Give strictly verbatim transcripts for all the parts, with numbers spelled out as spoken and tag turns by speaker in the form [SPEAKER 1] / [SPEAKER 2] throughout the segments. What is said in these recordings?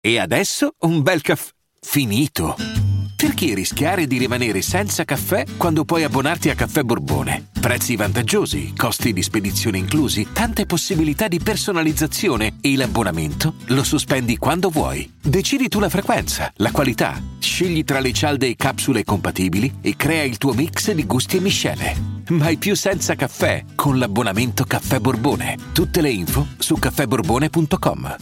[SPEAKER 1] E adesso un bel caffè finito. Perché rischiare di rimanere senza caffè quando puoi abbonarti a Caffè Borbone? Prezzi vantaggiosi, costi di spedizione inclusi, tante possibilità di personalizzazione e l'abbonamento lo sospendi quando vuoi. Decidi tu la frequenza, la qualità, scegli tra le cialde e capsule compatibili e crea il tuo mix di gusti e miscele. Mai più senza caffè con l'abbonamento Caffè Borbone. Tutte le info su caffè borbone punto com.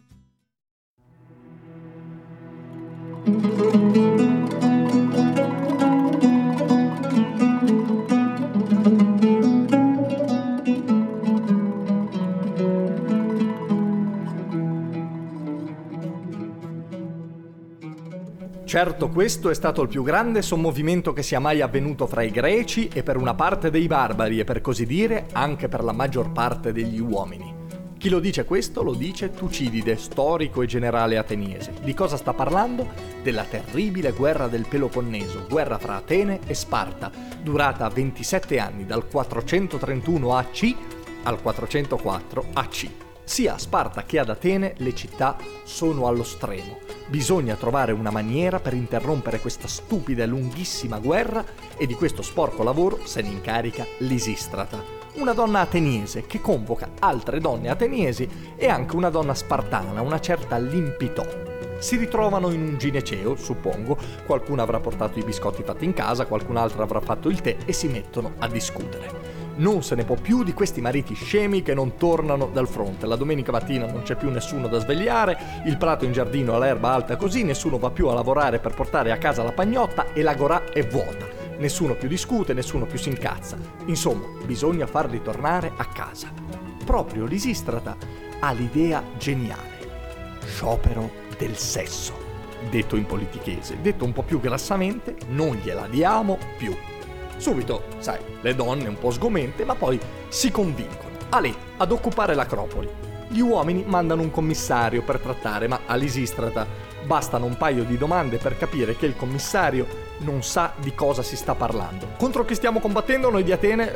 [SPEAKER 2] Certo, questo è stato il più grande sommovimento che sia mai avvenuto fra i greci e per una parte dei barbari e per così dire anche per la maggior parte degli uomini. Chi lo dice questo lo dice Tucidide, storico e generale ateniese. Di cosa sta parlando? Della terribile guerra del Peloponneso, guerra fra Atene e Sparta, durata ventisette anni, dal quattrocentotrentuno A C al quattrocentoquattro A C. Sia a Sparta che ad Atene le città sono allo stremo. Bisogna trovare una maniera per interrompere questa stupida e lunghissima guerra e di questo sporco lavoro se ne incarica Lisistrata, una donna ateniese che convoca altre donne ateniesi e anche una donna spartana, una certa Limpitò. Si ritrovano in un gineceo, suppongo, qualcuno avrà portato i biscotti fatti in casa, qualcun altro avrà fatto il tè e si mettono a discutere. Non se ne può più di questi mariti scemi che non tornano dal fronte. La domenica mattina non c'è più nessuno da svegliare, il prato in giardino ha l'erba alta così, nessuno va più a lavorare per portare a casa la pagnotta e la gorà è vuota. Nessuno più discute, nessuno più si incazza. Insomma, bisogna farli tornare a casa. Proprio Lisistrata ha l'idea geniale. Sciopero del sesso. Detto in politichese, detto un po' più grassamente, non gliela diamo più. Subito, sai, le donne un po' sgomente, ma poi si convincono. Allì, ad occupare l'Acropoli. Gli uomini mandano un commissario per trattare, ma a Lisistrata bastano un paio di domande per capire che il commissario non sa di cosa si sta parlando. Contro chi stiamo combattendo noi di Atene?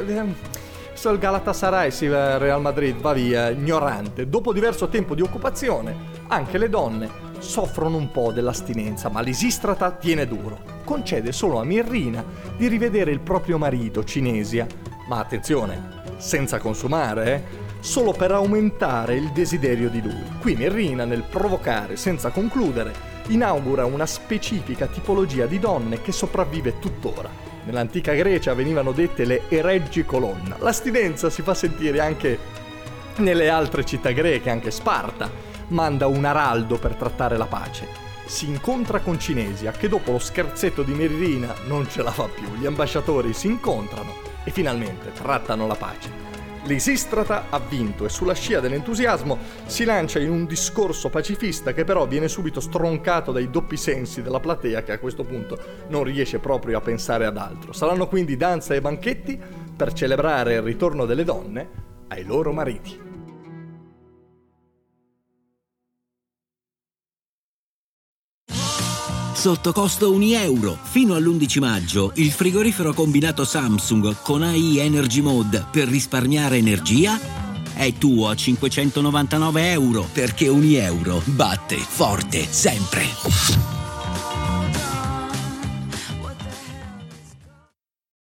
[SPEAKER 2] Se il Galatasaray, sì, Real Madrid, va via, ignorante. Dopo diverso tempo di occupazione, anche le donne soffrono un po' dell'astinenza, ma Lisistrata tiene duro. Concede solo a Mirrina di rivedere il proprio marito, Cinesia, ma attenzione, senza consumare, eh? Solo per aumentare il desiderio di lui. Qui Mirrina, nel provocare senza concludere, inaugura una specifica tipologia di donne che sopravvive tuttora. Nell'antica Grecia venivano dette le ereggi colonna. L'astinenza si fa sentire anche nelle altre città greche, anche Sparta manda un araldo per trattare la pace. Si incontra con Cinesia, che dopo lo scherzetto di Mirrina non ce la fa più. Gli ambasciatori si incontrano e finalmente trattano la pace. Lisistrata ha vinto e sulla scia dell'entusiasmo si lancia in un discorso pacifista che però viene subito stroncato dai doppi sensi della platea, che a questo punto non riesce proprio a pensare ad altro. Saranno quindi danze e banchetti per celebrare il ritorno delle donne ai loro mariti.
[SPEAKER 3] Sotto costo un euro. Fino all'undici maggio il frigorifero combinato Samsung con A I Energy Mode per risparmiare energia è tuo a cinquecentonovantanove euro, perché un euro batte forte sempre.